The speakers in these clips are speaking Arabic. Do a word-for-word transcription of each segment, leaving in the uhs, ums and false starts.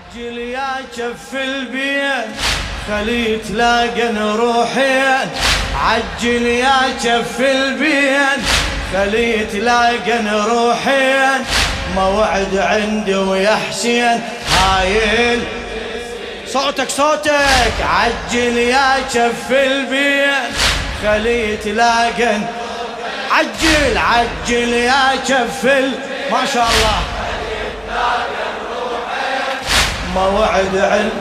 عجل يا جف البين خلي تلاقى روحين، عجل يا جف البين خلي تلاقى روحين، موعد عندي ويا حسين هايل صوتك صوتك. عجل يا جف البين خلي تلاقى، عجل عجل يا جف ال ما شاء الله موعد عندي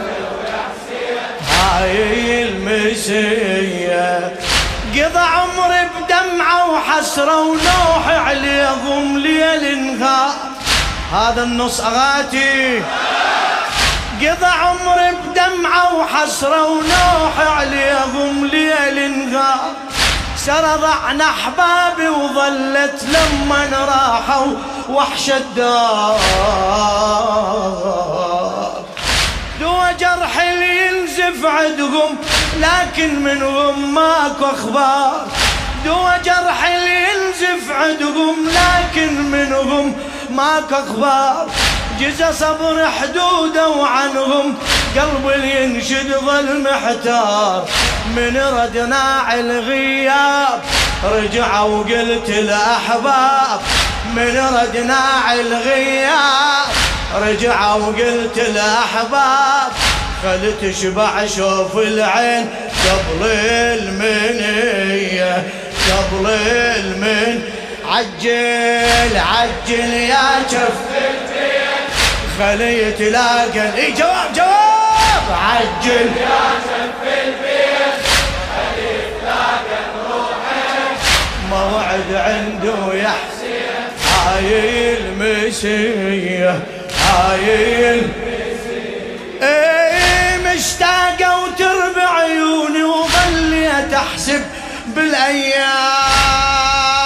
هاي المسية. قضى عمري بدمعة وحسرة ونوح عليهم ليل نهار، هذا النص أغاتي. قضى عمري بدمعة وحسرة ونوح عليهم ليل نهار، سرضعنا أحبابي وظلت لمن راحوا وحش الدار. دوا جرح اللي ينزف عندهم لكن منهم ماكو اخبار، دوا جرح اللي ينزف عندهم لكن منهم ماكو اخبار. جزا صبر حدوده وعنهم قلب اللي ينشد ظل محتار، من ردنا الغياب رجع وقلت الاحباب، من ردنا الغياب رجع وقلت الاحباب، خل تشبع شوف العين قبل المنية قبل المن. عجل عجل يا جف البين خلي تلاقى، اي جواب جواب. عجل يا جف البين خلي تلاقى روحك، موعد عنده يا حسين هاي المسية هاي المسية. اي مشتاقة وتربع عيوني وظليت احسب بالايام،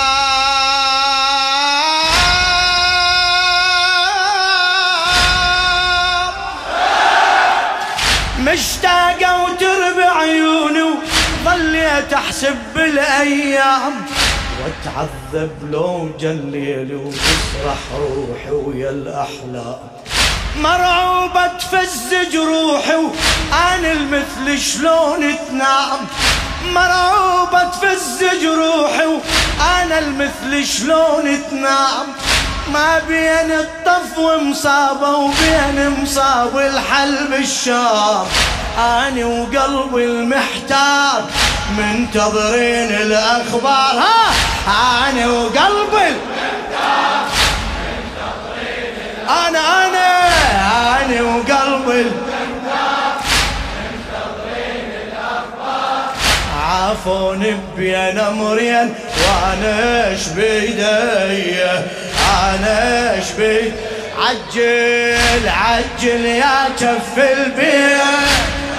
مشتاقة وتربع عيوني وظليت احسب بالايام، واتعذب لو جن ليلي وتسرح روحي ويا الاحلام، مرعوبة تفز جروحي وانا المثل شلون تنام، مرعوبة تفز جروحي وانا المثل شلون تنام. ما بين الطف ومصابة وبين مصاب الحل بالشام، اني وقلبي المحتار منتظرين الاخبار. ها اني وقلبي المحتار منتظرين الاخبار، انا انا اني وقلبي المحتار منتظرين الاخبار. عافوني بين امرين وانا ايش بيدي انا ايش بيدي. عجل عجل يا جف البين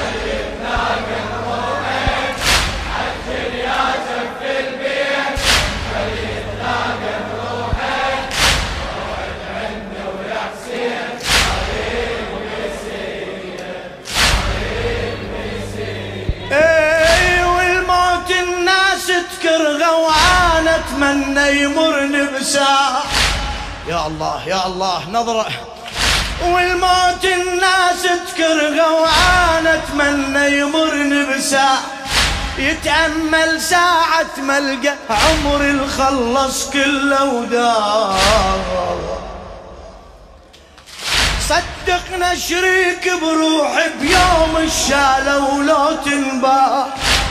وانا اتمنى يمرني بساعة. يا الله يا الله نظرة. والموت الناس تكرغه وانا اتمنى يمرني بساعة، يتأمل ساعة ما القى عمري الخلص كله ودار. صدقنا شريك بروحي بيوم الشالة ولو تنباع،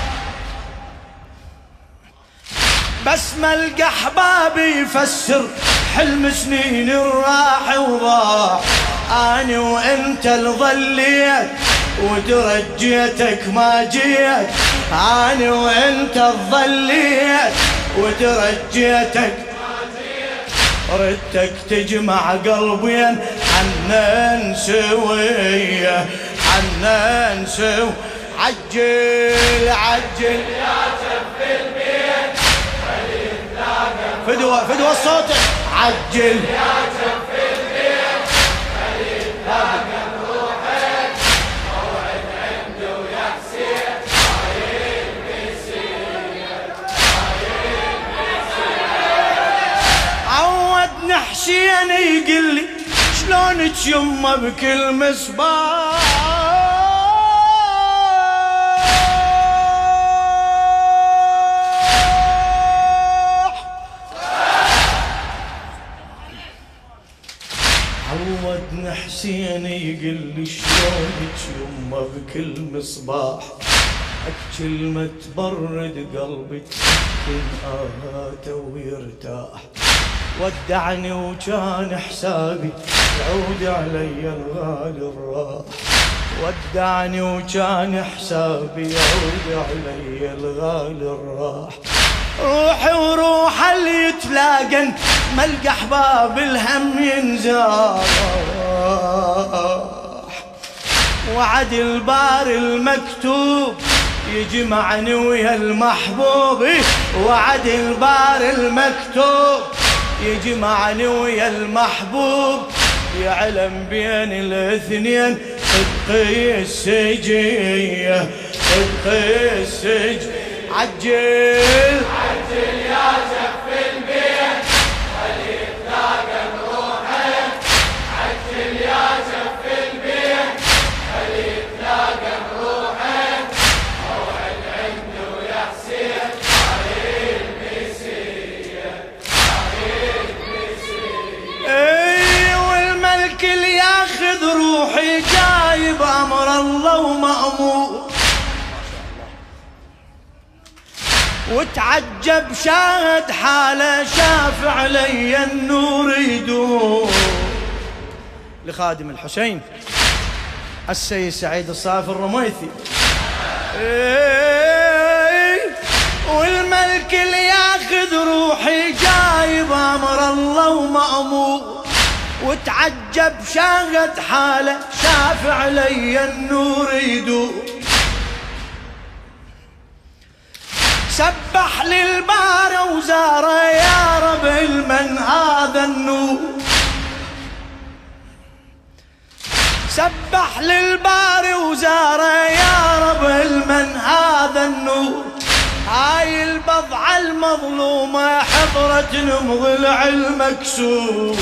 بس ما القى احبابي يفسر حلم سنين الراح وضاع. اني وانت اللي ظليت وترجيتك ما جيت، اني وانت ظليت وترجيتك ما جيت. ردتك تجمع قلبين حنان سوية حنان سو. عجل عجل يا جف البين فدوى فدوى الصوت. عجل يا جف البين خلي تلاقى روحك، موعد عنده ويا حسين هاي المسية هاي المسية. عودنا حسين يقلي شلونك يمه بكل مصباح عودنا حسين يقول لي شلونك يمه بكل مصباح هالكلمة تبرد قلبي تسكن آهاته ويرتاح ودعني وكان حسابي يعود علي الغالي الراح ودعني وكان حسابي يعود علي الغالي الراح روحي وروح اللي يتلاقن ملقى احباب الهم ينزاح وعد البار المكتوب يجمعني ويا المحبوب وعد البار المكتوب يجمعني ويا المحبوب يعلم بين الاثنين صدقي السجية صدقي السج عجل عجل يا جف البيت خلي يتلاقى بروحك عجل يا جف البيت خلي يتلاقى بروحك موعد عنده ويا حسين علي المسية علي المسية اي والملك اللي ياخذ روحي جايب امر الله ومأمور وتعجب شاهد حاله شاف علي النور يدور لخادم الحسين السيد سعيد الصافي الرميثي والملك اللي ياخذ روحي جايب امر الله ومأمور وتعجب شاهد حاله شاف علي النور يدور سبح للبار وزاره يا رب المن هذا النور سبح للبار وزاره يا رب المن هذا النور هاي البضعة المظلومة حضرت نمضلع المكسور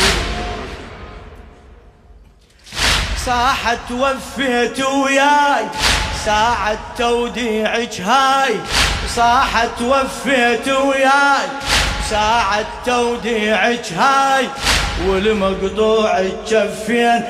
ساحة وفيت وياي ساعة توديعك هاي صاحت وفيت وياي ساعة توديعك هاي والمقطوع الجفين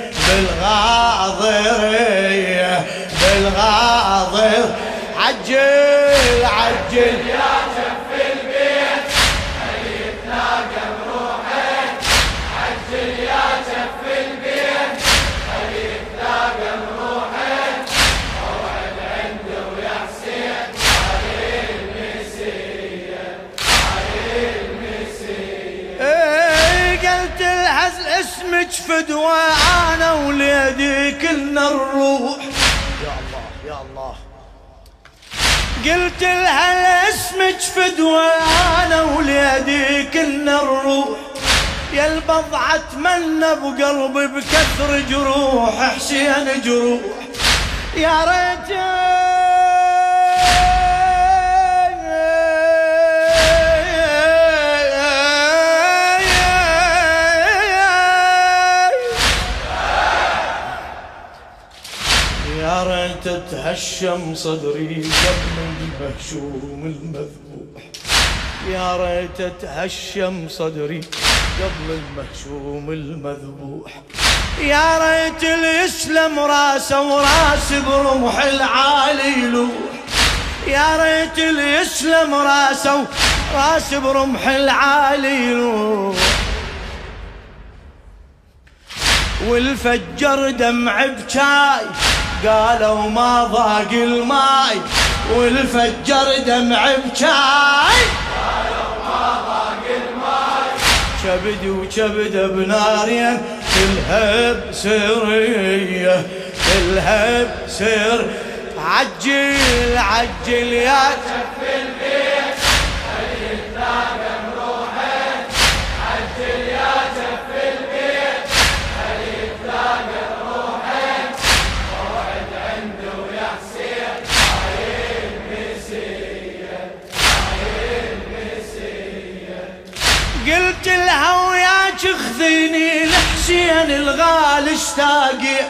بالغاضرية بالغاضر عجل عجل يا جف البيت خلي يتلاقى بروحك عجل يا جف البيت خلي يتلاقى بروحك موعد عنده ويا حسين علي المسية علي المسية ايه قلت لها اسمك فدوة انا وليدي كلنا الروح يا الله يا الله قلت لها اسمك فدوة انا وليدي كلنا الروح يا البضعة اتمنى بقلبي بكثر جروح حسين جروح يا ريت يا ريت تهشم صدري قبل المهشوم المذبوح يا ريت تهشم صدري قبل المهشوم المذبوح يا ريت اللي يسلم راسه وراس برمح العالي يلوح يا ريت اللي يسلم راسه وراس برمح العالي يلوح والفجر دمع بجاي قالوا ما ضاق الماي والفجر دمع بجاي قالوا ما ضاق الماي كبد وكبد بنارين كلها بسرية كلها بسر عجل عجل يا جف البيت خلي يتلاقى بروحك عجل يا جف البيت خلي يتلاقى بروحك موعد عنده ويا حسين علي المسية علي المسية قلت لها وياك خذيني لحسين الغالي اشتاقت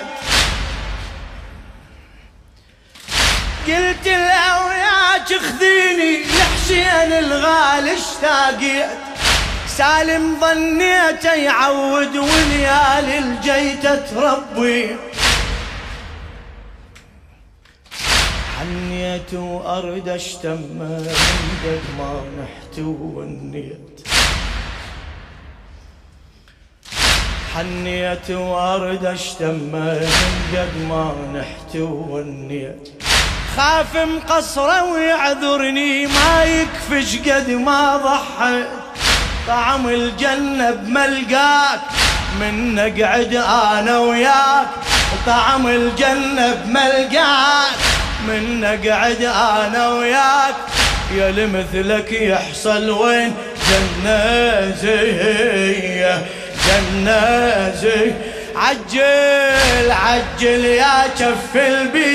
قلت له وياك خذيني لحسين الغالي اشتاقت سالم ظنيته يعود وليالي الجيته تربي حنيت وارد اشتم من قد ما نحت ونيت حنيت وارد اشتم من قد ما نحت ونيت خاف مقصره ويعذرني ما يكفش قد ما ضحيت طعم الجنة بملقاك من نقعد انا وياك طعم الجنة بملقاك من نقعد انا وياك يا لمثلك يحصل وين جنة زي جنة زي عجل عجل يا كف البيت